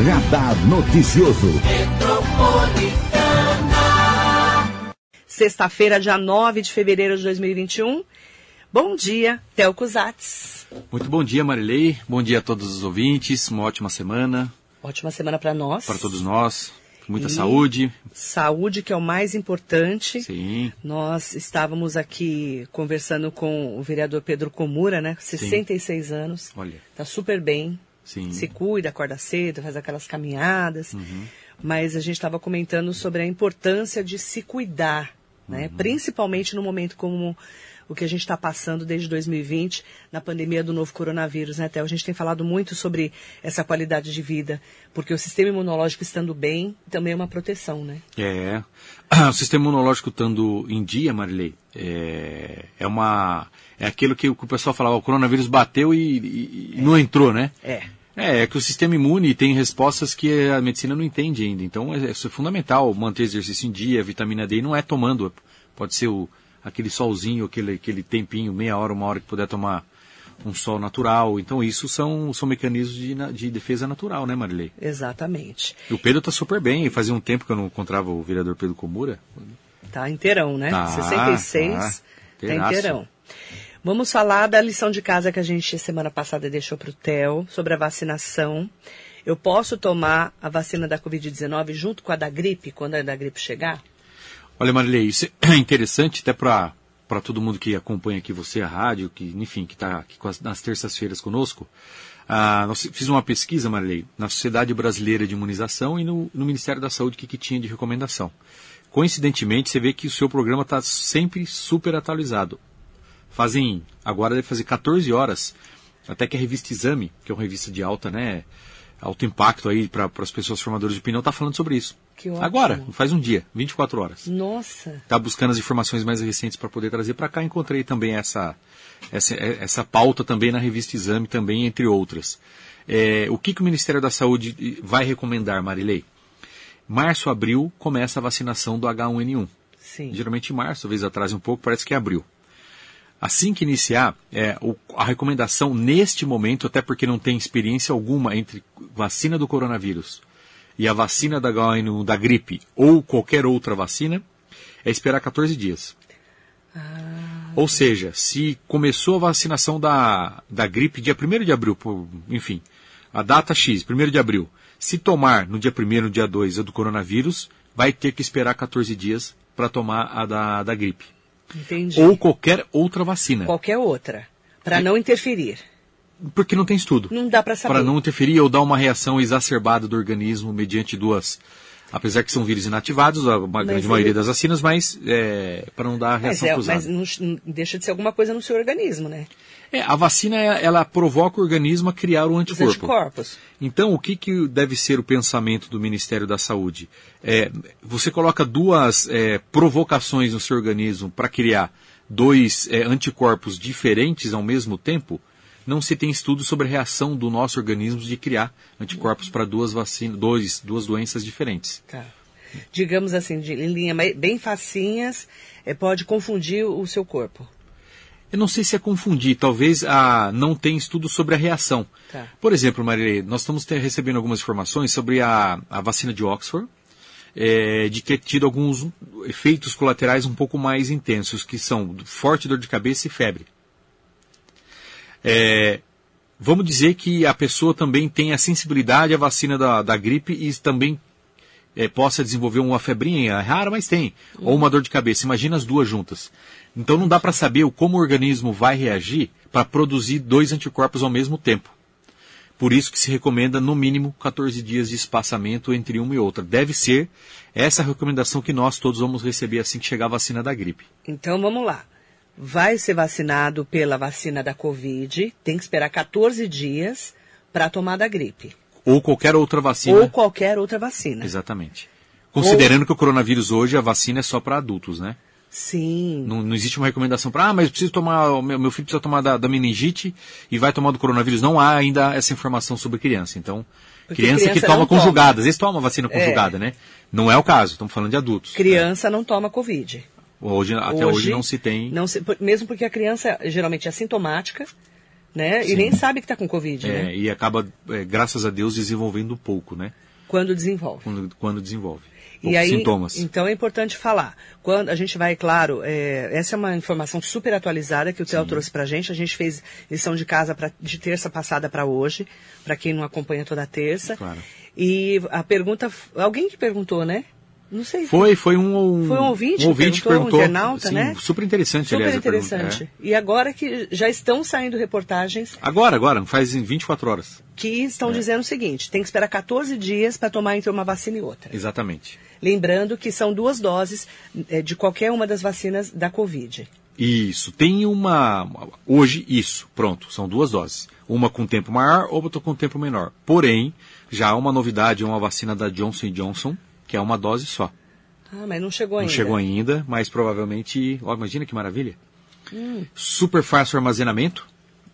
Radar Noticioso. Sexta-feira, dia 9 de fevereiro de 2021. Bom dia, Theo Cusatz. Muito bom dia, Marilei. Bom dia a todos os ouvintes. Uma ótima semana. Ótima semana para nós. Para todos nós. Muita saúde. Saúde, que é o mais importante. Sim. Nós estávamos aqui conversando com o vereador Pedro Komura, né? 66 anos. Olha. Está super bem. Sim. Se cuida, acorda cedo, faz aquelas caminhadas. Mas a gente estava comentando sobre a importância de se cuidar, né? Principalmente no momento como o que a gente está passando desde 2020, na pandemia do novo coronavírus, né, Theo? A gente tem falado muito sobre essa qualidade de vida, porque o sistema imunológico estando bem também é uma proteção, né? O sistema imunológico estando em dia, Marilei, é aquilo que o pessoal falava, o coronavírus bateu e não entrou, né? É que o sistema imune tem respostas que a medicina não entende ainda. Então, isso é fundamental, manter exercício em dia, vitamina D, não é tomando, pode ser aquele solzinho, aquele tempinho, meia hora, uma hora que puder tomar um sol natural. Então, isso são mecanismos de defesa natural, né, Marilei? Exatamente. E o Pedro está super bem. Fazia um tempo que eu não encontrava o vereador Pedro Komura. Tá inteirão, né? 66, tá inteirão. Vamos falar da lição de casa que a gente, semana passada, deixou para o Theo, sobre a vacinação. Eu posso tomar a vacina da Covid-19 junto com a da gripe, quando a da gripe chegar? Olha, Marilei, isso é interessante até para todo mundo que acompanha aqui você, a rádio, que está aqui nas terças-feiras conosco. Nós fizemos uma pesquisa, Marilei, na Sociedade Brasileira de Imunização e no Ministério da Saúde, que tinha de recomendação. Coincidentemente, você vê que o seu programa está sempre super atualizado. Agora deve fazer 14 horas, até que a revista Exame, que é uma revista de alto impacto aí para as pessoas formadoras de opinião, está falando sobre isso. Que ótimo. Agora, faz um dia, 24 horas. Nossa! Está buscando as informações mais recentes para poder trazer para cá. Encontrei também essa pauta também na revista Exame, também entre outras. O que o Ministério da Saúde vai recomendar, Marilei? Março, abril, começa a vacinação do H1N1. Sim. Geralmente em março, talvez atrase um pouco, parece que é abril. Assim que iniciar, a recomendação neste momento, até porque não tem experiência alguma entre vacina do coronavírus e a vacina da H1N1 da gripe ou qualquer outra vacina, é esperar 14 dias. Ou seja, se começou a vacinação da gripe dia 1º de abril, enfim, a data X, 1º de abril, se tomar no dia 1º, no dia 2 a do coronavírus, vai ter que esperar 14 dias para tomar a da gripe. Entendi. Ou qualquer outra vacina. Qualquer outra. Para não interferir. Porque não tem estudo. Não dá para saber. Para não interferir ou dar uma reação exacerbada do organismo mediante duas. Apesar que são vírus inativados, a grande maioria das vacinas, mas para não dar reação cruzada. Mas não deixa de ser alguma coisa no seu organismo, né? A vacina, ela provoca o organismo a criar um anticorpo. Os anticorpos. Então, o que deve ser o pensamento do Ministério da Saúde? Você coloca duas provocações no seu organismo para criar dois anticorpos diferentes ao mesmo tempo, não se tem estudo sobre a reação do nosso organismo de criar anticorpos para duas doenças diferentes. Tá. Digamos assim, em linha bem facinhas, pode confundir o seu corpo. Eu não sei se é confundir, talvez não tenha estudo sobre a reação. Tá. Por exemplo, Marilei, nós estamos recebendo algumas informações sobre a vacina de Oxford, de ter tido alguns efeitos colaterais um pouco mais intensos, que são forte dor de cabeça e febre. Vamos dizer que a pessoa também tem a sensibilidade à vacina da gripe e também possa desenvolver uma febrinha, é rara, mas tem, ou uma dor de cabeça. Imagina as duas juntas. Então não dá para saber como o organismo vai reagir para produzir dois anticorpos ao mesmo tempo. Por isso que se recomenda no mínimo 14 dias de espaçamento entre uma e outra. Deve ser essa a recomendação que nós todos vamos receber assim que chegar a vacina da gripe. Então vamos lá. Vai ser vacinado pela vacina da Covid, tem que esperar 14 dias para tomar da gripe. Ou qualquer outra vacina. Ou qualquer outra vacina. Exatamente. Considerando que o coronavírus hoje, a vacina é só para adultos, né? Sim. Não existe uma recomendação para, mas eu preciso tomar, meu filho precisa tomar da meningite e vai tomar do coronavírus. Não há ainda essa informação sobre criança. Então, criança que toma conjugada. Às vezes toma vacina conjugada, né? Não é o caso, estamos falando de adultos. Criança não toma Covid. Até hoje não se tem. Mesmo porque a criança geralmente é assintomática, né? Sim. E nem sabe que está com Covid, né? E acaba, graças a Deus, desenvolvendo pouco, né? Quando desenvolve. Quando desenvolve. E aí, sintomas. Então é importante falar. Quando a gente vai, claro, essa é uma informação super atualizada que o Theo trouxe pra gente. A gente fez lição de casa de terça passada para hoje, para quem não acompanha toda terça. Claro. E a pergunta, alguém que perguntou, né? Não sei. Foi um Foi um ouvinte que perguntou, um internauta, sim, né? super interessante, Super aliás. interessante. E agora que já estão saindo reportagens... Agora, não faz em 24 horas. Que estão dizendo o seguinte, tem que esperar 14 dias para tomar entre uma vacina e outra. Exatamente. Lembrando que são 2 doses de qualquer uma das vacinas da Covid. Isso. Tem hoje, isso. Pronto. São 2 doses. Uma com tempo maior, outra com tempo menor. Porém, já há uma novidade, uma vacina da Johnson & Johnson, que é uma dose só. Ah, mas não chegou ainda. Não chegou ainda, mas provavelmente... Ó, imagina que maravilha. Super fácil armazenamento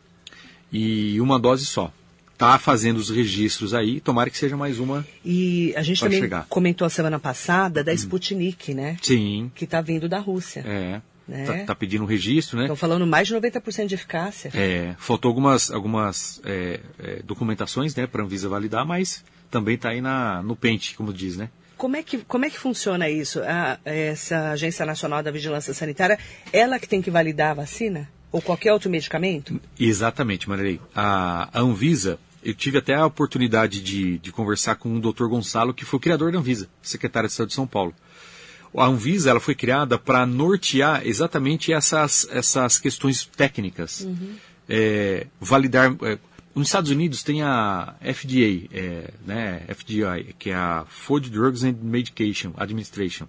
e uma dose só. Tá fazendo os registros aí, tomara que seja mais uma. E a gente também comentou a semana passada da Sputnik, né? Sim. Que está vindo da Rússia. Né? Tá pedindo um registro, né? Estão falando mais de 90% de eficácia. Faltou algumas documentações, né, para a Anvisa validar, mas também está aí no pente, como diz, né? Como é que funciona isso? Essa Agência Nacional da Vigilância Sanitária, ela que tem que validar a vacina? Ou qualquer outro medicamento? Exatamente, Marilei. A Anvisa, eu tive até a oportunidade de conversar com o Dr. Gonçalo, que foi o criador da Anvisa, secretário de Saúde de São Paulo. A Anvisa ela foi criada para nortear exatamente essas questões técnicas. Validar... nos Estados Unidos tem a FDA, FDI, que é a Food, Drugs and Medication Administration.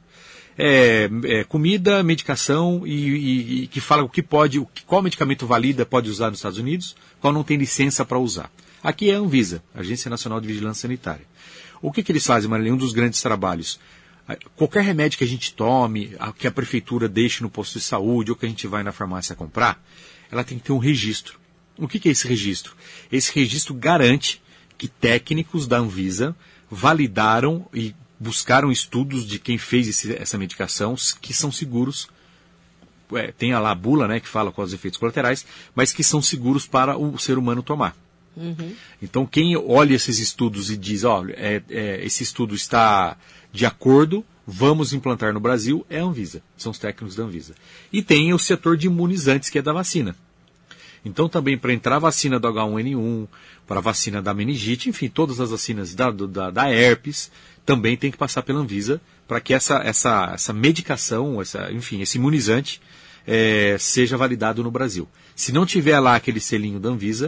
Comida, medicação e que fala o que pode, qual medicamento valida pode usar nos Estados Unidos, qual não tem licença para usar. Aqui é a Anvisa, Agência Nacional de Vigilância Sanitária. O que eles fazem, Marilene? Um dos grandes trabalhos. Qualquer remédio que a gente tome, que a prefeitura deixe no posto de saúde ou que a gente vai na farmácia comprar, ela tem que ter um registro. O que é esse registro? Esse registro garante que técnicos da Anvisa validaram e buscaram estudos de quem fez essa medicação que são seguros. Tem lá a bula, né, que fala quais os efeitos colaterais, mas que são seguros para o ser humano tomar. Então, quem olha esses estudos e diz, esse estudo está de acordo, vamos implantar no Brasil, é a Anvisa. São os técnicos da Anvisa. E tem o setor de imunizantes, que é da vacina. Então, também para entrar a vacina do H1N1, para a vacina da meningite, enfim, todas as vacinas da herpes, também tem que passar pela Anvisa para que essa medicação, esse imunizante, seja validado no Brasil. Se não tiver lá aquele selinho da Anvisa,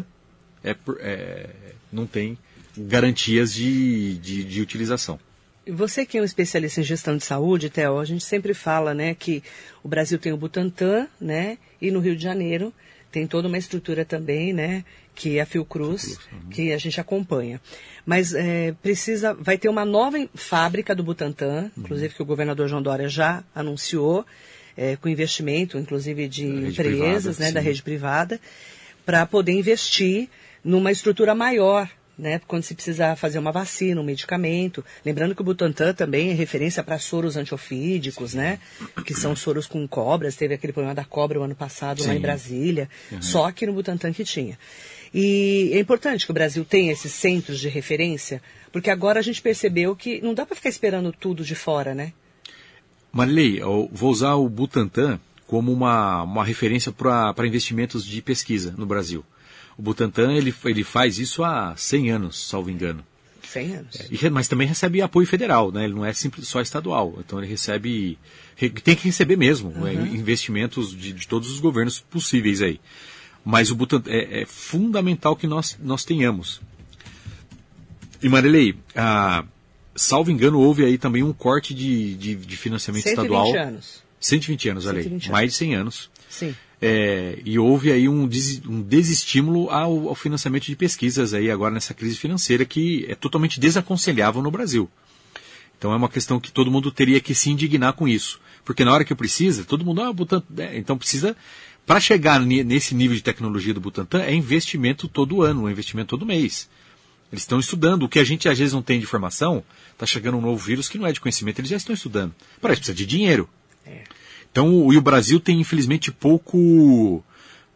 não tem garantias de utilização. Você que é um especialista em gestão de saúde, Theo, a gente sempre fala, né, que o Brasil tem o Butantan, né, e no Rio de Janeiro tem toda uma estrutura também, né, que é a Fiocruz, que a gente acompanha. Mas vai ter uma nova fábrica do Butantan, inclusive que o governador João Dória já anunciou, com investimento, inclusive de empresas, né, da rede privada, para poder investir numa estrutura maior, né, quando se precisar fazer uma vacina, um medicamento. Lembrando que o Butantan também é referência para soros antiofídicos, né, que são soros com cobras. Teve aquele problema da cobra o ano passado lá em Brasília, só que no Butantan que tinha. E é importante que o Brasil tenha esses centros de referência, porque agora a gente percebeu que não dá para ficar esperando tudo de fora, né? Marilei, eu vou usar o Butantan como uma referência para investimentos de pesquisa no Brasil. O Butantan ele faz isso há 100 anos, salvo engano. 100 anos. Mas também recebe apoio federal, né? Ele não é só estadual. Então ele tem que receber mesmo investimentos de todos os governos possíveis aí. Mas o Butantan é fundamental que nós tenhamos. E Marilei, salvo engano, houve aí também um corte de financiamento estadual. 120 anos. 120 anos, olha aí. Mais de 100 anos. Sim. E houve aí um desestímulo ao financiamento de pesquisas aí agora nessa crise financeira que é totalmente desaconselhável no Brasil. Então é uma questão que todo mundo teria que se indignar com isso. Porque na hora que precisa, todo mundo, então precisa, para chegar nesse nível de tecnologia do Butantan, é investimento todo ano, é investimento todo mês. Eles estão estudando, o que a gente às vezes não tem de informação, está chegando um novo vírus que não é de conhecimento, eles já estão estudando. Para isso precisa de dinheiro. Então, o Brasil tem, infelizmente, pouco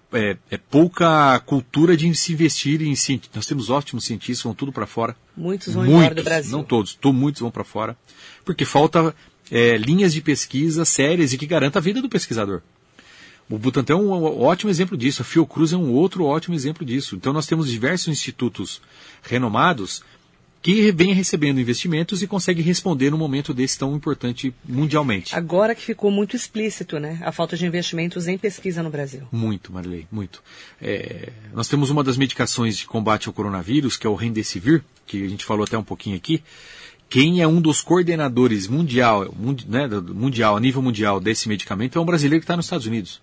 pouca cultura de se investir em cientistas. Nós temos ótimos cientistas, vão tudo para fora. Muitos vão embora do Brasil. Não todos, muitos vão para fora. Porque falta linhas de pesquisa sérias e que garantam a vida do pesquisador. O Butantan é um ótimo exemplo disso, a Fiocruz é um outro ótimo exemplo disso. Então nós temos diversos institutos renomados que vêm recebendo investimentos e conseguem responder num momento desse tão importante mundialmente. Agora que ficou muito explícito, né, a falta de investimentos em pesquisa no Brasil. Muito, Marilei, muito. Nós temos uma das medicações de combate ao coronavírus, que é o Remdesivir, que a gente falou até um pouquinho aqui. Quem é um dos coordenadores mundial, a nível mundial desse medicamento é um brasileiro que está nos Estados Unidos.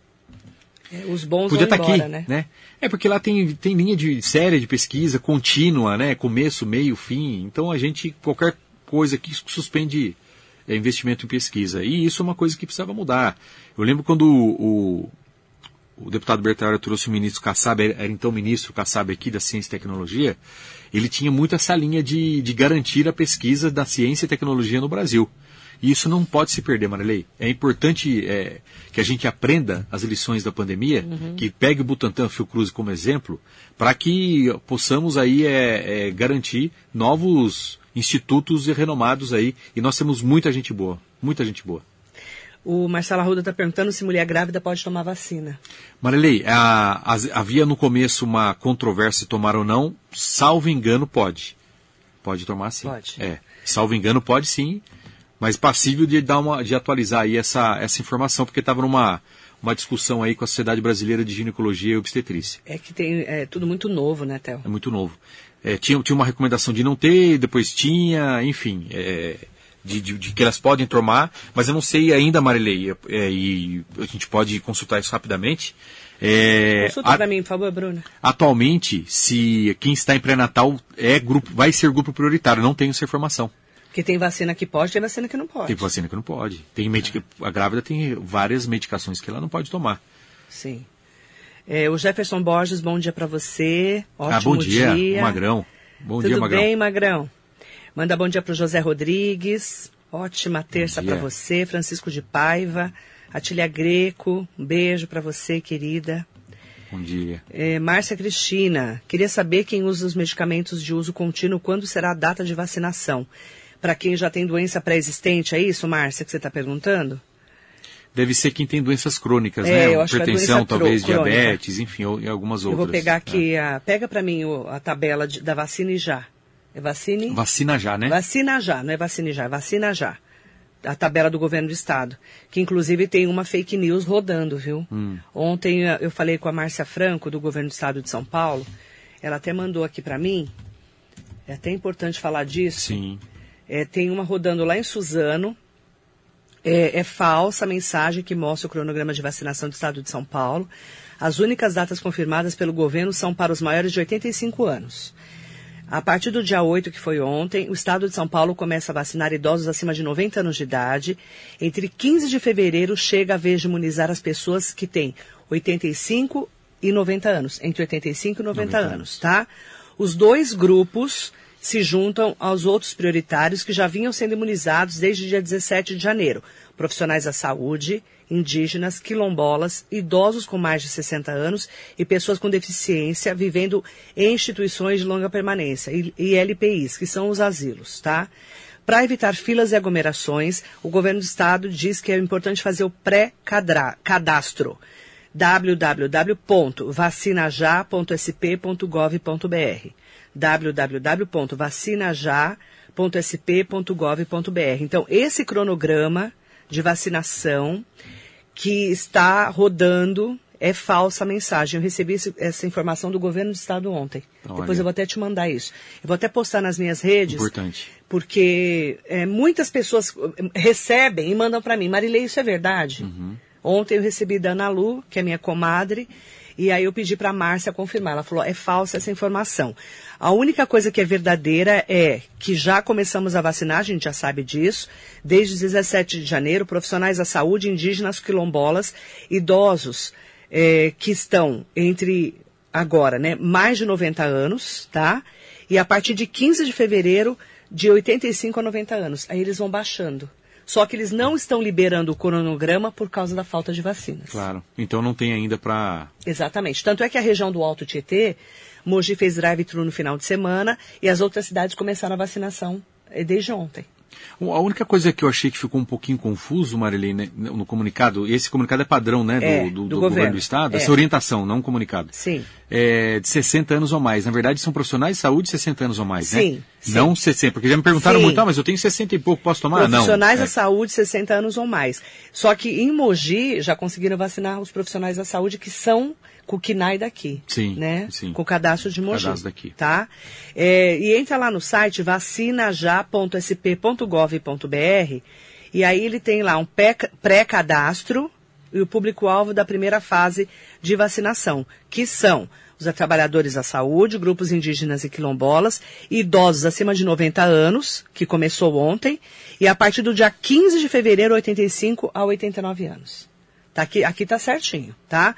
Os bons podia vão estar embora, aqui, né? Porque lá tem linha séria de pesquisa contínua, né? Começo, meio, fim. Então a gente, qualquer coisa que suspende investimento em pesquisa. E isso é uma coisa que precisava mudar. Eu lembro quando o deputado Bertaioli trouxe o ministro Kassab, era então ministro Kassab aqui da Ciência e Tecnologia, ele tinha muito essa linha de garantir a pesquisa da ciência e tecnologia no Brasil. E isso não pode se perder, Marilei. É importante que a gente aprenda as lições da pandemia, que pegue o Butantan, Fiocruz como exemplo, para que possamos aí garantir novos institutos renomados aí. E nós temos muita gente boa, muita gente boa. O Marcelo Arruda está perguntando se mulher grávida pode tomar vacina. Marilei, havia no começo uma controvérsia se tomar ou não. Salvo engano, pode. Pode tomar sim. Pode. Salvo engano, pode sim. Mas passível de atualizar aí essa informação, porque estava numa discussão aí com a Sociedade Brasileira de Ginecologia e Obstetrícia. É que é tudo muito novo, né, Theo? É muito novo. Tinha uma recomendação de não ter, depois tinha, enfim, de que elas podem tomar, mas eu não sei ainda, Marilei, e a gente pode consultar isso rapidamente. Consulta para mim, por favor, Bruna. Atualmente, se quem está em pré-natal vai ser grupo prioritário, não tenho essa informação. Porque tem vacina que pode, tem vacina que não pode. Tem vacina que não pode. A grávida tem várias medicações que ela não pode tomar. Sim. O Jefferson Borges, bom dia para você. Ótimo bom dia. Magrão. Bom dia, Magrão. Tudo bem, Magrão? Manda bom dia para o José Rodrigues. Ótima terça para você. Francisco de Paiva. Atília Greco. Um beijo para você, querida. Bom dia. Márcia Cristina. Queria saber quem usa os medicamentos de uso contínuo, quando será a data de vacinação. Para quem já tem doença pré-existente, é isso, Márcia, que você está perguntando? Deve ser quem tem doenças crônicas, né? Eu acho hipertensão, que é talvez crônica. diabetes, enfim, e algumas outras. Eu vou pegar aqui, pega para mim a tabela da Vacine Já. É Vacine? Vacina Já, né? Vacina Já, não é Vacine Já, é Vacina Já. A tabela do governo do estado, que inclusive tem uma fake news rodando, viu? Ontem eu falei com a Márcia Franco, do governo do estado de São Paulo, ela até mandou aqui para mim, é até importante falar disso. Sim. Tem uma rodando lá em Suzano, é falsa a mensagem que mostra o cronograma de vacinação do estado de São Paulo. As únicas datas confirmadas pelo governo são para os maiores de 85 anos. A partir do dia 8, que foi ontem, o estado de São Paulo começa a vacinar idosos acima de 90 anos de idade. Entre 15 de fevereiro chega a vez de imunizar as pessoas que têm 85 e 90 anos, entre 85 e 90 anos, tá? Os dois grupos se juntam aos outros prioritários que já vinham sendo imunizados desde o dia 17 de janeiro. Profissionais da saúde, indígenas, quilombolas, idosos com mais de 60 anos e pessoas com deficiência vivendo em instituições de longa permanência, e LPIs, que são os asilos, tá? Para evitar filas e aglomerações, o governo do estado diz que é importante fazer o pré-cadastro. www.vacinajá.sp.gov.br www.vacinajá.sp.gov.br. Então, esse cronograma de vacinação que está rodando é falsa mensagem. Eu recebi essa informação do governo do estado ontem. Olha. Depois eu vou até te mandar isso. Eu vou até postar nas minhas redes. Importante. Porque muitas pessoas recebem e mandam para mim. Marilei, isso é verdade? Ontem eu recebi da Ana Lu, que é minha comadre, e aí eu pedi para a Márcia confirmar. Ela falou, é falsa essa informação. A única coisa que é verdadeira é que já começamos a vacinar, a gente já sabe disso, desde 17 de janeiro, profissionais da saúde, indígenas, quilombolas, idosos que estão entre, agora, né, mais de 90 anos, tá? E a partir de 15 de fevereiro, de 85 a 90 anos. Aí eles vão baixando. Só que eles não estão liberando o cronograma por causa da falta de vacinas. Claro. Então não tem ainda para... Exatamente. Tanto é que a região do Alto Tietê, Mogi fez drive-thru no final de semana e as outras cidades começaram a vacinação desde ontem. A única coisa que eu achei que ficou um pouquinho confuso, Marilene, né, no comunicado, e esse comunicado é padrão, né, do governo do Estado, essa orientação, não um comunicado. Sim. É de 60 anos ou mais. Na verdade, são profissionais de saúde de 60 anos ou mais, né? Sim. Não 60, porque já me perguntaram muito, mas eu tenho 60 e pouco, posso tomar? Profissionais não. da saúde, 60 anos ou mais. Só que em Mogi já conseguiram vacinar os profissionais da saúde que são com o KNAI daqui. Sim, né? sim. Com o cadastro de Mogi. Cadastro daqui. Tá? E entra lá no site vacinajá.sp.gov.br e aí ele tem lá um pré-cadastro e o público-alvo da primeira fase de vacinação, que são os trabalhadores da saúde, grupos indígenas e quilombolas, idosos acima de 90 anos, que começou ontem, e a partir do dia 15 de fevereiro, 85 a 89 anos. Tá aqui tá certinho, tá?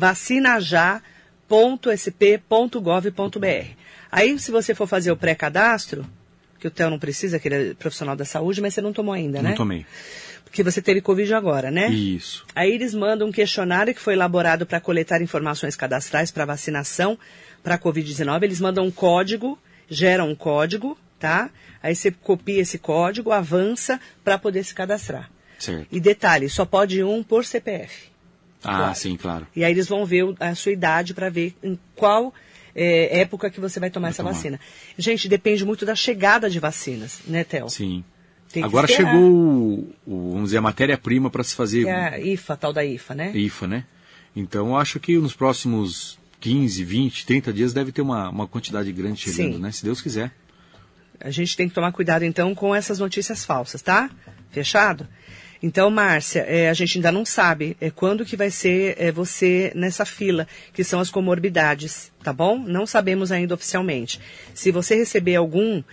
vacinajá.sp.gov.br. Aí, se você for fazer o pré-cadastro, que o Theo não precisa, que ele é profissional da saúde, mas você não tomou ainda, né? Não tomei. Porque você teve Covid agora, né? Isso. Aí eles mandam um questionário que foi elaborado para coletar informações cadastrais para vacinação para a Covid-19. Eles mandam um código, geram um código, tá? Aí você copia esse código, avança para poder se cadastrar. Certo. E detalhe, só pode um por CPF. Ah, claro. Sim, claro. E aí eles vão ver a sua idade para ver em qual época que você vai tomar essa vacina. Gente, depende muito da chegada de vacinas, né, Theo? Sim. Tem que Agora esperar. chegou, vamos dizer, a matéria-prima para se fazer... É a IFA, tal da IFA, né? IFA, né? Então, eu acho que nos próximos 15, 20, 30 dias deve ter uma quantidade grande chegando, Sim. né? Se Deus quiser. A gente tem que tomar cuidado, então, com essas notícias falsas, tá? Fechado? Então, Márcia, a gente ainda não sabe quando que vai ser você nessa fila, que são as comorbidades, tá bom? Não sabemos ainda oficialmente. Se você receber um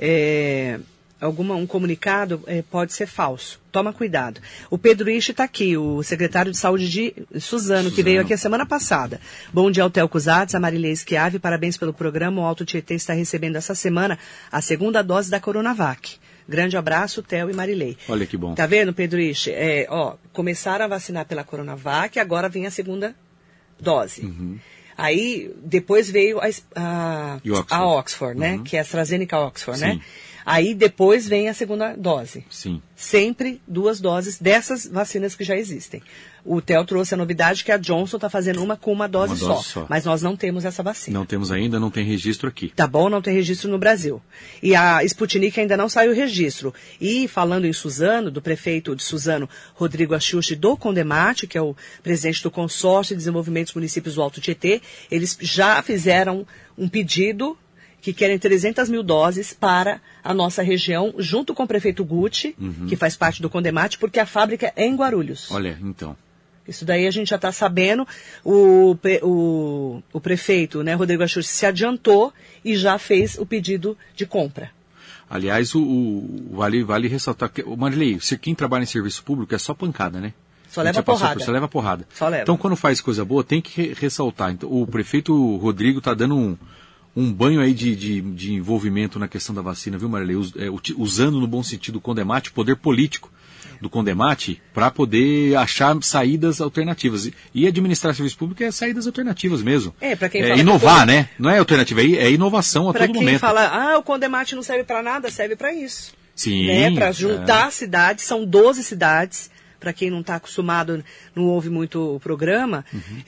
comunicado, pode ser falso. Toma cuidado. O Pedro Ishi está aqui, o secretário de saúde de Suzano, que veio aqui a semana passada. Bom dia ao Theo Cusatz, a Marilei Schiavi, parabéns pelo programa. O Alto Tietê está recebendo essa semana a segunda dose da Coronavac. Grande abraço, Theo e Marilei. Olha que bom. Tá vendo, Pedro Ishi? Começaram a vacinar pela Coronavac, agora vem a segunda dose. Uhum. Aí, depois veio a Oxford, né? Uhum. Que é a AstraZeneca Oxford, Sim. né? Aí, depois vem a segunda dose. Sim. Sempre 2 doses dessas vacinas que já existem. O Theo trouxe a novidade que a Johnson está fazendo uma com uma dose só. Mas nós não temos essa vacina. Não temos ainda, não tem registro aqui. Tá bom, não tem registro no Brasil. E a Sputnik ainda não saiu o registro. E falando em Suzano, do prefeito de Suzano, Rodrigo Axuxi, do Condemate, que é o presidente do Consórcio de Desenvolvimento dos Municípios do Alto Tietê, eles já fizeram um pedido que querem 300 mil doses para a nossa região, junto com o prefeito Gucci, que faz parte do Condemate, porque a fábrica é em Guarulhos. Olha, então. Isso daí a gente já está sabendo. O prefeito, né, Rodrigo Axuxi, se adiantou e já fez o pedido de compra. Aliás, vale ressaltar que, Marilei, quem trabalha em serviço público é só pancada, né? Só leva porrada. Só leva porrada. Só leva. Então, quando faz coisa boa, tem que ressaltar. Então, o prefeito Rodrigo está dando um banho aí de envolvimento na questão da vacina, viu, Marilei? Usando, no bom sentido, o Condemate, o poder político do Condemate, para poder achar saídas alternativas. E administrar serviço público é saídas alternativas mesmo. Para quem fala inovar, né? Não é alternativa, é inovação a todo momento. Para quem fala, o Condemate não serve para nada, serve para isso. Sim. Né? Para juntar cidades, são 12 cidades. Para quem não está acostumado, não ouve muito o programa,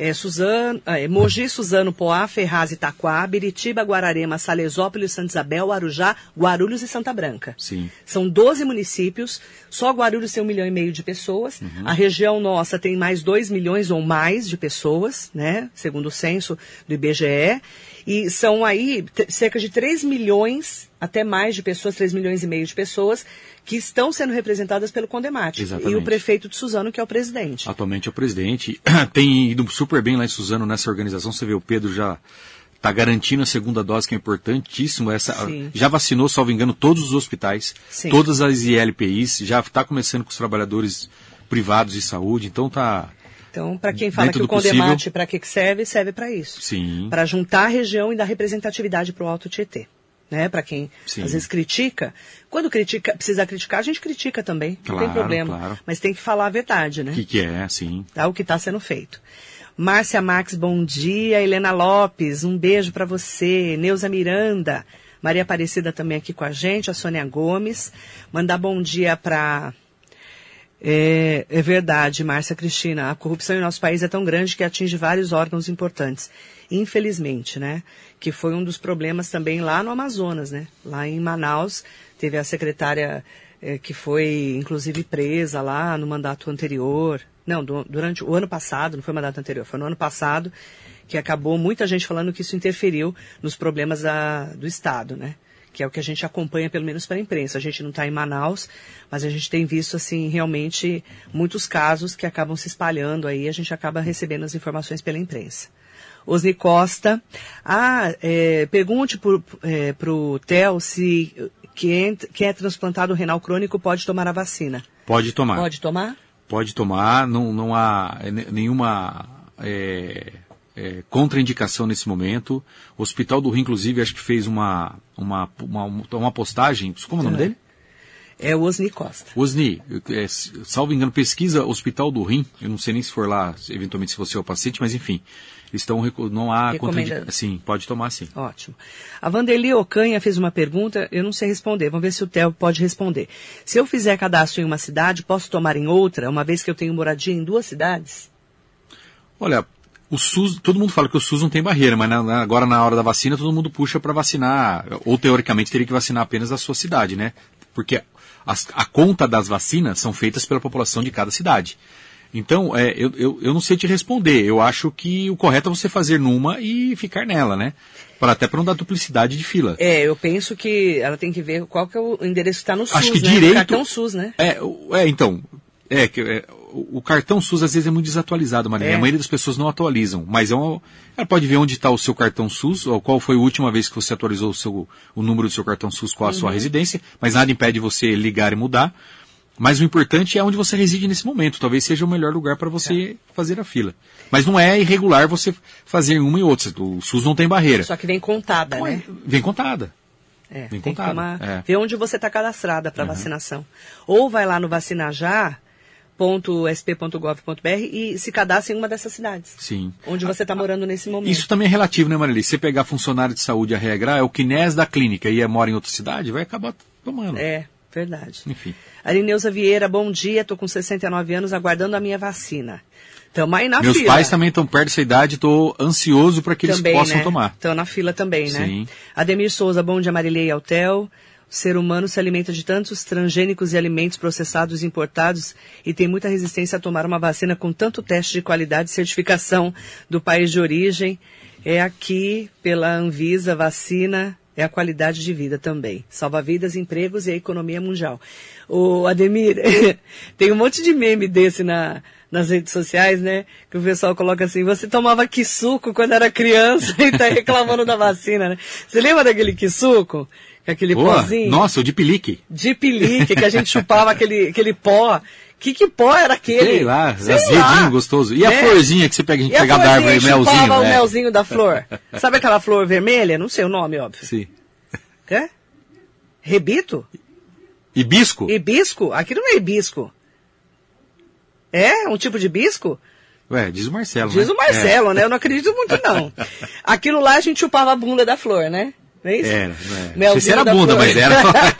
Mogi, Suzano, Poá, Ferraz, Itaquá, Biritiba, Guararema, Salesópolis, Santa Isabel, Arujá, Guarulhos e Santa Branca. Sim. São 12 municípios, só Guarulhos tem 1,5 milhão de pessoas, a região nossa tem mais 2 milhões ou mais de pessoas, né, segundo o censo do IBGE, e são aí cerca de 3 milhões, até mais de pessoas, 3,5 milhões de pessoas, que estão sendo representadas pelo Condemate. Exatamente. E o prefeito de Suzano, que é o presidente. Atualmente é o presidente. Tem ido super bem lá em Suzano, nessa organização. Você vê, o Pedro já está garantindo a segunda dose, que é importantíssimo. Já vacinou, salvo engano, todos os hospitais, Sim. todas as ILPIs, já está começando com os trabalhadores privados de saúde. Então, para quem fala que o Condemate, para que serve, serve para isso. Sim. Para juntar a região e dar representatividade para o Alto Tietê. né? Para quem Sim. às vezes critica. Quando precisa criticar, a gente critica também, não Claro, tem problema. claro. Mas tem que falar a verdade, né? O que é, sim. Tá, o que está sendo feito. Márcia Max, bom dia. Helena Lopes, um beijo para você. Neuza Miranda, Maria Aparecida também aqui com a gente, a Sônia Gomes. Mandar bom dia para... É verdade, Márcia Cristina, a corrupção em nosso país é tão grande que atinge vários órgãos importantes. Infelizmente, né? Que foi um dos problemas também lá no Amazonas, né? Lá em Manaus, teve a secretária que foi, inclusive, presa lá no mandato anterior. Não, durante o ano passado, não foi o mandato anterior, foi no ano passado, que acabou muita gente falando que isso interferiu nos problemas do Estado, né? Que é o que a gente acompanha, pelo menos para a imprensa. A gente não está em Manaus, mas a gente tem visto, assim, realmente muitos casos que acabam se espalhando aí, a gente acaba recebendo as informações pela imprensa. Osni Costa, pergunte para o Theo se quem é transplantado renal crônico pode tomar a vacina. Pode tomar. Pode tomar? Pode tomar, não há nenhuma contraindicação nesse momento. O Hospital do Rio, inclusive, acho que fez uma postagem. Como é o nome dele? É o Osni Costa. Osni, salvo engano, pesquisa Hospital do Rim. Eu não sei nem se for lá, eventualmente, se você é o paciente, mas enfim. Não há contraindicação. Sim, pode tomar sim. Ótimo. A Vandeli Ocanha fez uma pergunta, eu não sei responder. Vamos ver se o Theo pode responder. Se eu fizer cadastro em uma cidade, posso tomar em outra, uma vez que eu tenho moradia em 2 cidades? Olha, o SUS, todo mundo fala que o SUS não tem barreira, mas agora na hora da vacina todo mundo puxa para vacinar, ou teoricamente teria que vacinar apenas a sua cidade, né? Porque a conta das vacinas são feitas pela população de cada cidade. Então, eu não sei te responder. Eu acho que o correto é você fazer numa e ficar nela, né? Até para não dar duplicidade de fila. Eu penso que ela tem que ver qual que é o endereço que está no SUS, acho que né? Direito... O cartão SUS, né? O cartão SUS às vezes é muito desatualizado, Maria. A maioria das pessoas não atualizam. Mas ela pode ver onde está o seu cartão SUS, ou qual foi a última vez que você atualizou o número do seu cartão SUS com a sua residência, mas nada impede você ligar e mudar. Mas o importante é onde você reside nesse momento. Talvez seja o melhor lugar para você fazer a fila. Mas não é irregular você fazer uma e outra. O SUS não tem barreira. Só que vem contada, né? Vem contada. Vem contada. Ver onde você está cadastrada para vacinação. Ou vai lá no vacinajá.sp.gov.br e se cadastra em uma dessas cidades. Sim. Onde você está morando nesse momento. Isso também é relativo, né, Marili? Se você pegar funcionário de saúde a regra, é o quinés da clínica e mora em outra cidade, vai acabar tomando. Verdade. Enfim. Arineuza Vieira, bom dia. Estou com 69 anos aguardando a minha vacina. Estamos aí na fila. Meus pais também estão perto dessa idade, estou ansioso para que eles possam tomar. Estão na fila também, né? Sim. Ademir Souza, bom dia, Marilei e Altel. O ser humano se alimenta de tantos transgênicos e alimentos processados e importados e tem muita resistência a tomar uma vacina com tanto teste de qualidade e certificação do país de origem. É aqui, pela Anvisa, vacina... É a qualidade de vida também. Salva vidas, empregos e a economia mundial. Ô, Ademir, tem um monte de meme desse nas redes sociais, né? Que o pessoal coloca assim, você tomava quissuco quando era criança e tá reclamando da vacina, né? Você lembra daquele quissuco? Aquele pozinho? Nossa, o de pelique. De pelique, que a gente chupava aquele pó. Que pó era aquele? Sei lá, azedinho, gostoso. E a florzinha que você pega, a gente pega da árvore, melzinho. Chupava o melzinho da flor. Sabe aquela flor vermelha? Não sei o nome, óbvio. Sim. Quê? Rebito? Hibisco? Hibisco? Aquilo não é hibisco. É um tipo de hibisco? Ué, diz o Marcelo, Diz o Marcelo, né? Eu não acredito muito, não. Aquilo lá a gente chupava a bunda da flor, né? Não é isso? Não sei se era bunda, mas era...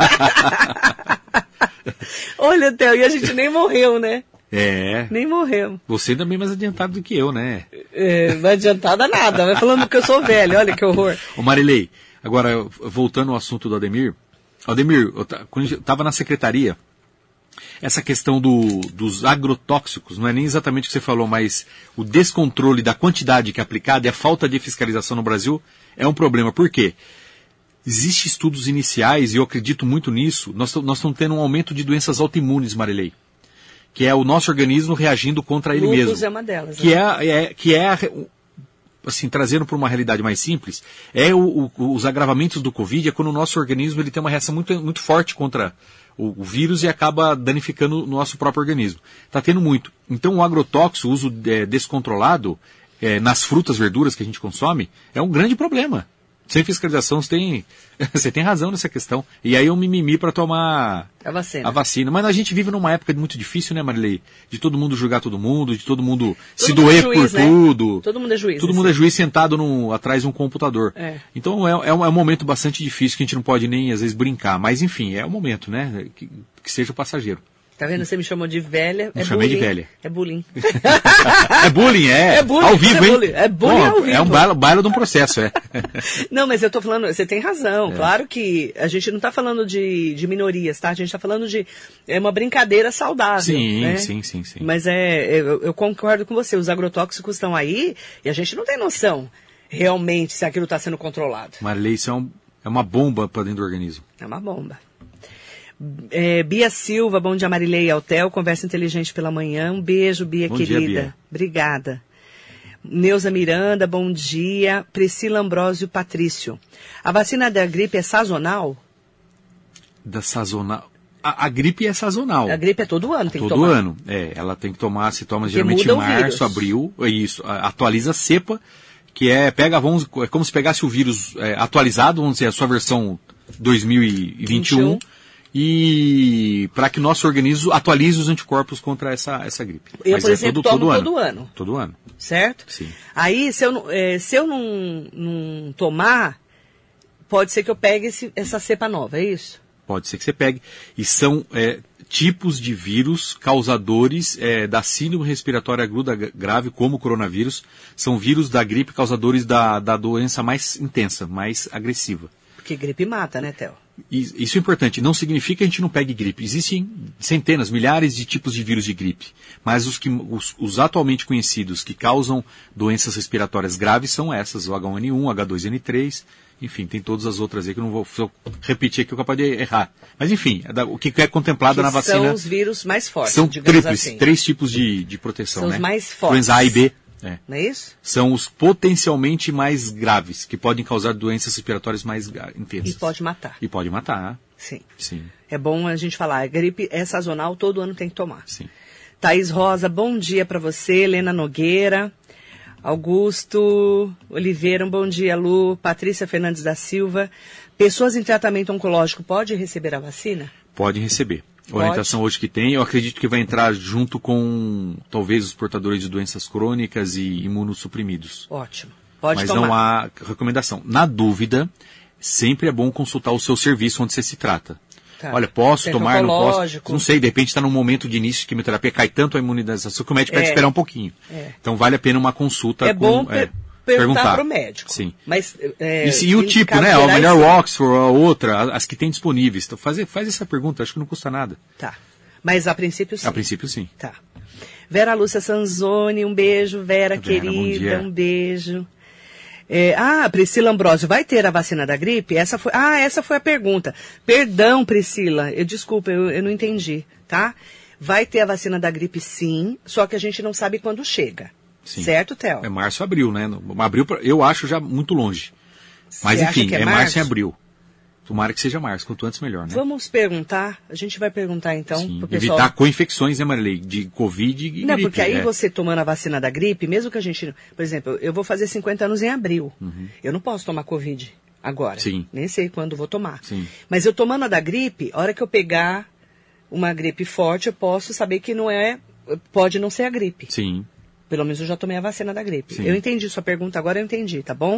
Olha, Theo, e a gente nem morreu, né? Nem morreu. Você ainda é bem mais adiantado do que eu, né? Não adiantada nada, vai falando que eu sou velho, olha que horror. Ô Marilei, agora, voltando ao assunto do Ademir, quando eu estava na secretaria, essa questão dos agrotóxicos, não é nem exatamente o que você falou, mas o descontrole da quantidade que é aplicada e a falta de fiscalização no Brasil é um problema. Por quê? Existem estudos iniciais, e eu acredito muito nisso, nós estamos tendo um aumento de doenças autoimunes, Marilei, que é o nosso organismo reagindo contra ele mesmo. Lúpus é uma delas. Que assim, trazendo para uma realidade mais simples, os agravamentos do Covid, é quando o nosso organismo ele tem uma reação muito, muito forte contra o vírus e acaba danificando o nosso próprio organismo. Está tendo muito. Então o agrotóxico, o uso descontrolado nas frutas, verduras que a gente consome, é um grande problema. Sem fiscalização, você tem razão nessa questão. E aí eu mimimi para tomar a vacina. Mas a gente vive numa época muito difícil, né, Marilei? De todo mundo julgar todo mundo, de todo mundo se doer por tudo. Todo mundo é juiz. Todo mundo é juiz sentado atrás de um computador. Então é um momento bastante difícil que a gente não pode nem, às vezes, brincar. Mas, enfim, é o momento, né? Que seja o passageiro. Tá vendo? Você me chamou de velha. Não chamei de velha. É bullying. É bullying, é. É bullying. Ao vivo, hein? É bullying ao vivo. É um baile de um processo, é. Não, mas eu tô falando, você tem razão. Claro que a gente não tá falando de minorias, tá? A gente tá falando de uma brincadeira saudável. Sim, né? sim. Mas eu concordo com você. Os agrotóxicos estão aí e a gente não tem noção realmente se aquilo está sendo controlado. Marilei, isso é uma bomba para dentro do organismo. É uma bomba. Bia Silva, bom dia, Marilei e Altel, conversa inteligente pela manhã. Um beijo, Bia, bom querida. Dia, Bia. Obrigada. Neuza Miranda, bom dia. Priscila Ambrósio Patrício. A vacina da gripe é sazonal? Da sazonal. A gripe é sazonal. A gripe é todo ano, tem que tomar. Todo ano. Se toma geralmente em março, abril. Isso. Atualiza a cepa, que é como se pegasse o vírus atualizado, vamos dizer, a sua versão 2021. E para que o nosso organismo atualize os anticorpos contra essa gripe. Eu, por exemplo, tomo todo ano. Todo ano. Certo? Sim. Aí, se eu não tomar, pode ser que eu pegue essa cepa nova, é isso? Pode ser que você pegue. E são tipos de vírus causadores da síndrome respiratória aguda grave, como o coronavírus. São vírus da gripe causadores da doença mais intensa, mais agressiva. Porque gripe mata, né, Theo? Isso é importante. Não significa que a gente não pegue gripe. Existem centenas, milhares de tipos de vírus de gripe. Mas os atualmente conhecidos que causam doenças respiratórias graves são essas, o H1N1, H2N3, enfim, tem todas as outras aí que eu não vou repetir aqui, eu capaz de errar. Mas enfim, o que é contemplado na vacina... São os vírus mais fortes, são digamos tríplice, assim. 3 tipos de proteção, são né? Os mais fortes. Influenza A e B. Não é isso? São os potencialmente mais graves, que podem causar doenças respiratórias mais intensas. E pode matar. E pode matar. Sim. Sim. É bom a gente falar, a gripe é sazonal, todo ano tem que tomar. Sim. Thaís Rosa, bom dia para você. Helena Nogueira. Augusto Oliveira, um bom dia, Lu. Patrícia Fernandes da Silva. Pessoas em tratamento oncológico podem receber a vacina? Podem receber. A orientação hoje que tem, eu acredito que vai entrar junto com, talvez, os portadores de doenças crônicas e imunossuprimidos. Ótimo. Pode Mas tomar. Não há recomendação. Na dúvida, sempre é bom consultar o seu serviço onde você se trata. Tá. Olha, posso Centro tomar, não posso? oncológico. Não sei, de repente está num momento de início de quimioterapia, cai tanto a imunização que o médico pede esperar um pouquinho. Então vale a pena uma consulta. É bom perguntar para o médico. Sim. Mas, e o tipo, né? A melhor Oxford, a outra, as que tem disponíveis. Então faz essa pergunta, acho que não custa nada. Tá. Mas a princípio sim. A princípio sim. Tá. Vera Lúcia Sanzoni, um beijo. Vera querida, bom dia. um beijo. Priscila Ambrósio, vai ter a vacina da gripe? Essa foi a pergunta. Perdão, Priscila, desculpa, eu não entendi, tá? Vai ter a vacina da gripe sim, só que a gente não sabe quando chega. Sim. Certo, Theo? É março, abril, né? Abril, eu acho já muito longe. Mas Você enfim, acha que é março e abril. Tomara que seja março, quanto antes melhor, né? Vamos perguntar, a gente vai perguntar então pro pessoal. Evitar co-infecções, né, Marilei? De Covid e gripe. Não, porque aí você tomando a vacina da gripe, mesmo que a gente... Por exemplo, eu vou fazer 50 anos em abril. Eu não posso tomar Covid agora. Sim. Nem sei quando vou tomar. Sim. Mas eu tomando a da gripe, a hora que eu pegar uma gripe forte, eu posso saber que não é... Pode não ser a gripe. Sim. Pelo menos eu já tomei a vacina da gripe. Sim. Eu entendi sua pergunta, agora eu entendi, tá bom?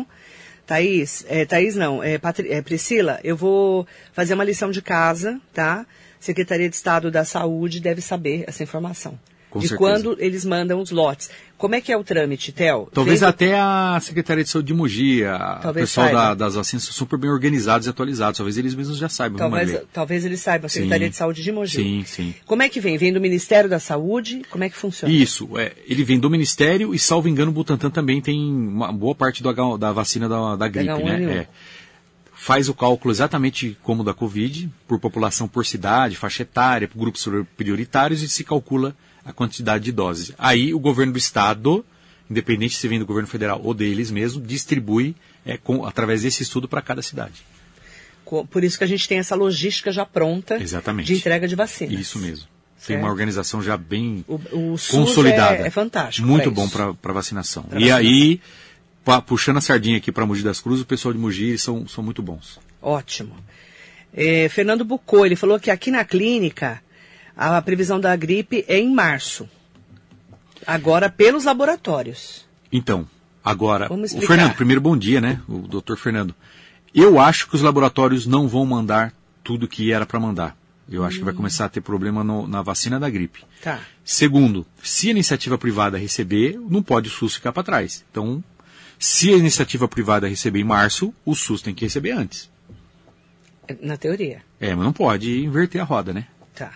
Thaís não, Priscila, eu vou fazer uma lição de casa, tá? Secretaria de Estado da Saúde deve saber essa informação. Com de certeza. Quando eles mandam os lotes. Como é que é o trâmite, Theo? Talvez até a Secretaria de Saúde de Mogi, o pessoal das vacinas são super bem organizados e atualizados. Talvez eles mesmos já saibam. Talvez eles saibam, a Secretaria de Saúde de Mogi. Sim, sim. Como é que vem? Vem do Ministério da Saúde? Como é que funciona? Isso, ele vem do Ministério e, salvo engano, o Butantan também tem uma boa parte da vacina da gripe, né? Faz o cálculo exatamente como da Covid, por população, por cidade, faixa etária, por grupos prioritários, e se calcula a quantidade de doses. Aí o governo do estado, independente se vem do governo federal ou deles mesmo, distribui através desse estudo para cada cidade. Por isso que a gente tem essa logística já pronta. Exatamente. De entrega de vacinas. Isso mesmo. Tem uma organização já bem o SUS consolidada. É fantástico. Muito bom para vacinação. E aí puxando a sardinha aqui para Mogi das Cruzes, o pessoal de Mogi são muito bons. Ótimo. Fernando Bucô, ele falou que aqui na clínica a previsão da gripe é em março. Agora pelos laboratórios. Então, agora, Vamos o explicar. Fernando, primeiro bom dia, né? O doutor Fernando. Eu acho que os laboratórios não vão mandar tudo que era para mandar. Eu acho que vai começar a ter problema na vacina da gripe. Tá. Segundo, se a iniciativa privada receber, não pode o SUS ficar para trás. Então, se a iniciativa privada receber em março, o SUS tem que receber antes. Na teoria. Mas não pode inverter a roda, né? Tá.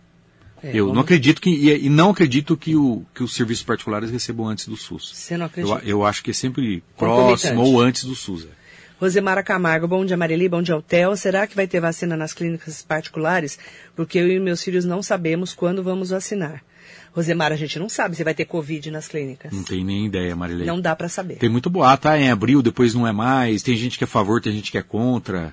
Eu não acredito e não acredito que os serviços particulares recebam antes do SUS. Você não acredita? Eu acho que é sempre próximo ou antes do SUS. Rosemara Camargo, bom dia Marili, bom dia Altel. Será que vai ter vacina nas clínicas particulares? Porque eu e meus filhos não sabemos quando vamos vacinar. Rosemara, a gente não sabe se vai ter Covid nas clínicas. Não tem nem ideia, Marilei. Não dá para saber. Tem muito boato, em abril, depois não é mais. Tem gente que é a favor, tem gente que é contra.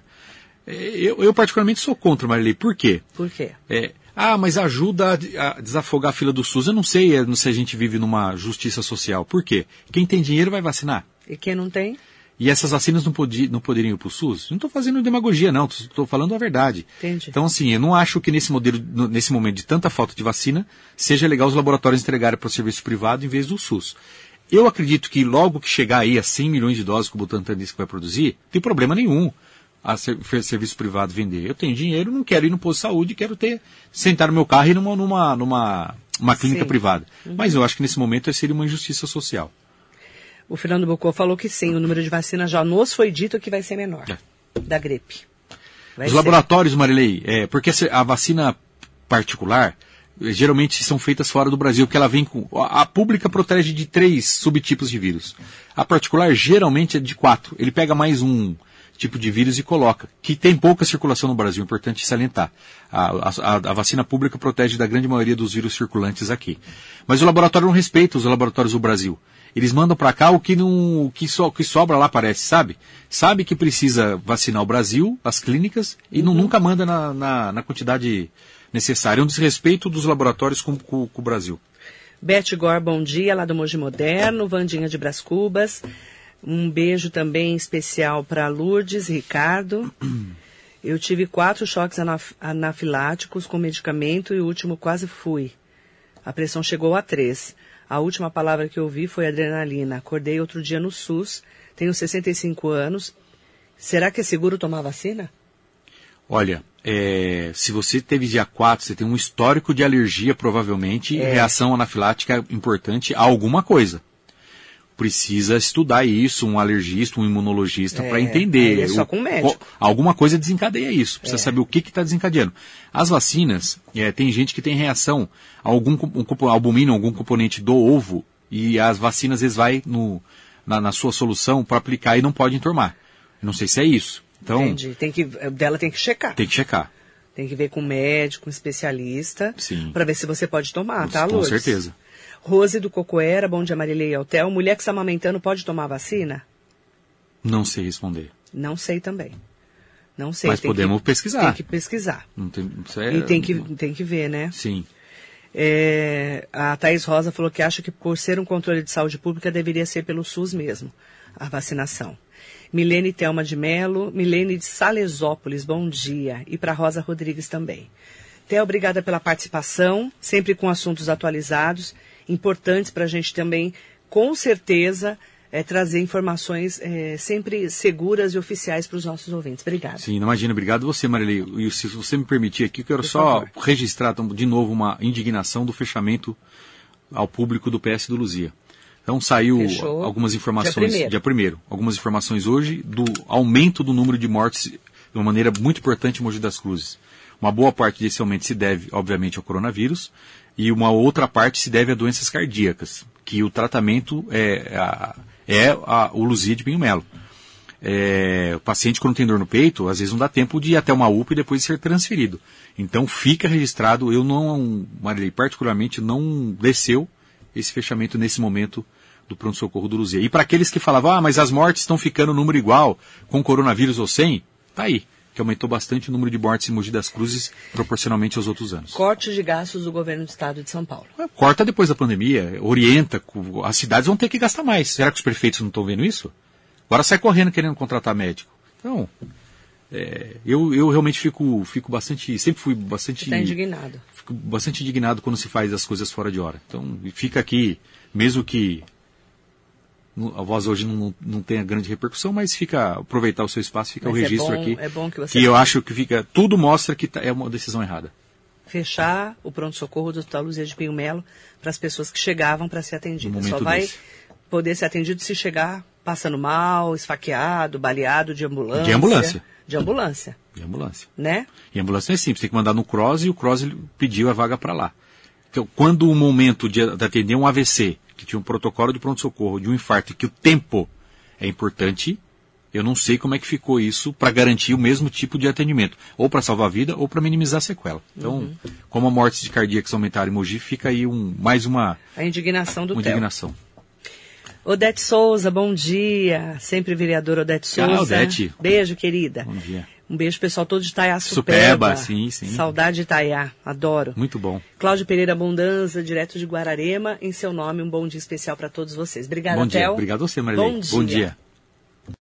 Eu particularmente sou contra, Marilei. Por quê? Por quê? Mas ajuda a desafogar a fila do SUS. Eu não sei se a gente vive numa justiça social. Por quê? Quem tem dinheiro vai vacinar. E quem não tem? E essas vacinas não poderiam ir para o SUS? Não estou fazendo demagogia, não. Estou falando a verdade. Entendi. Então, assim, eu não acho que nesse momento de tanta falta de vacina, seja legal os laboratórios entregarem para o serviço privado em vez do SUS. Eu acredito que logo que chegar aí a 100 milhões de doses que o Butantan disse que vai produzir, não tem problema nenhum a serviço privado vender. Eu tenho dinheiro, não quero ir no posto de saúde, quero sentar no meu carro e ir numa clínica privada. Mas eu acho que nesse momento seria uma injustiça social. O Fernando Bocô falou que sim, o número de vacinas já nos foi dito que vai ser menor, da gripe. Os laboratórios, Marilei, porque a vacina particular, geralmente são feitas fora do Brasil, porque ela vem com... A pública protege de 3 subtipos de vírus. A particular, geralmente, é de 4. Ele pega mais um tipo de vírus e coloca, que tem pouca circulação no Brasil, importante salientar. A vacina pública protege da grande maioria dos vírus circulantes aqui. Mas o laboratório não respeita os laboratórios do Brasil. Eles mandam para cá o que sobra lá, parece, sabe? Sabe que precisa vacinar o Brasil, as clínicas, e nunca manda na quantidade necessária. É um desrespeito dos laboratórios com o Brasil. Beth Gore, bom dia, lá do Mogi Moderno. Vandinha de Brás Cubas. Um beijo também especial para Lourdes e Ricardo. Eu tive 4 choques anafiláticos com medicamento e o último quase fui. A pressão chegou a 3. A última palavra que eu ouvi foi adrenalina. Acordei outro dia no SUS, tenho 65 anos. Será que é seguro tomar vacina? Olha, se você teve dia 4, você tem um histórico de alergia, provavelmente, reação anafilática importante a alguma coisa. Precisa estudar isso, um alergista, um imunologista, para entender. É só com o médico. Alguma coisa desencadeia isso. Precisa saber o que está desencadeando. As vacinas, tem gente que tem reação a algum albumina, algum componente do ovo, e as vacinas, às vezes, vai na sua solução para aplicar e não pode enturmar. Eu não sei se é isso. Então, entendi. Dela tem que checar. Tem que checar. Tem que ver com o médico, um especialista, para ver se você pode tomar, tá, Lourdes? Com certeza. Rose do Cocoera, bom dia Marilei e Altel. Mulher que está amamentando pode tomar vacina? Não sei responder. Não sei também. Não sei. Mas podemos pesquisar. Tem que pesquisar. E tem que ver, né? Sim. A Thaís Rosa falou que acha que por ser um controle de saúde pública deveria ser pelo SUS mesmo, a vacinação. Milene Thelma de Melo, Milene de Salesópolis, bom dia. E para Rosa Rodrigues também. Theo, obrigada pela participação, sempre com assuntos atualizados, importantes para a gente também, com certeza, trazer informações sempre seguras e oficiais para os nossos ouvintes. Obrigada. Sim, não imagina. Obrigado você, Marilei. E se você me permitir aqui, eu quero só registrar de novo uma indignação do fechamento ao público do PS do Luzia. Então saiu algumas informações, dia 1º, algumas informações hoje do aumento do número de mortes de uma maneira muito importante em Mogi das Cruzes. Uma boa parte desse aumento se deve, obviamente, ao coronavírus, e uma outra parte se deve a doenças cardíacas, que o tratamento o Luzia de Pinho Melo. O paciente, quando tem dor no peito, às vezes não dá tempo de ir até uma UPA e depois ser transferido. Então fica registrado, Marilei, particularmente, não desceu esse fechamento nesse momento do pronto-socorro do Luzia. E para aqueles que falavam, mas as mortes estão ficando número igual, com coronavírus ou sem, tá aí. que aumentou bastante o número de mortes em Mogi das Cruzes proporcionalmente aos outros anos. Corte de gastos do governo do estado de São Paulo. Corta depois da pandemia, orienta, as cidades vão ter que gastar mais. Será que os prefeitos não estão vendo isso? Agora sai correndo querendo contratar médico. Então, eu realmente fico bastante, sempre fui bastante... Você está indignado. Fico bastante indignado quando se faz as coisas fora de hora. Então, fica aqui, mesmo que a Voz hoje não tenha grande repercussão, mas aproveitar o seu espaço, fica o registro aqui. É bom que você... Que eu acho que tudo mostra que é uma decisão errada. Fechar o pronto-socorro do Hospital Luzia de Pinho Melo para as pessoas que chegavam para ser atendidas. Só vai poder ser atendido se chegar passando mal, esfaqueado, baleado de ambulância. De ambulância. De ambulância. De ambulância. Né? E a ambulância é simples, tem que mandar no CROSS e o CROSS pediu a vaga para lá. Então, quando o momento de atender um AVC, que tinha um protocolo de pronto-socorro, de um infarto, que o tempo é importante, eu não sei como é que ficou isso para garantir o mesmo tipo de atendimento. Ou para salvar a vida, ou para minimizar a sequela. Então, como a mortes de cardíacas aumentaram em Mogi, fica aí mais uma... A indignação do Theo. Indignação. Odete Souza, bom dia. Sempre vereadora Odete Souza. Odete. Beijo, querida. Bom dia. Um beijo pessoal todo de Itaiá Supeba. Sim. Saudade de Itaiá, adoro. Muito bom. Cláudio Pereira Bondanza, direto de Guararema. Em seu nome, um bom dia especial para todos vocês. Obrigada, Bom dia. Theo. Obrigado a você, Marilei. Bom dia. Bom dia.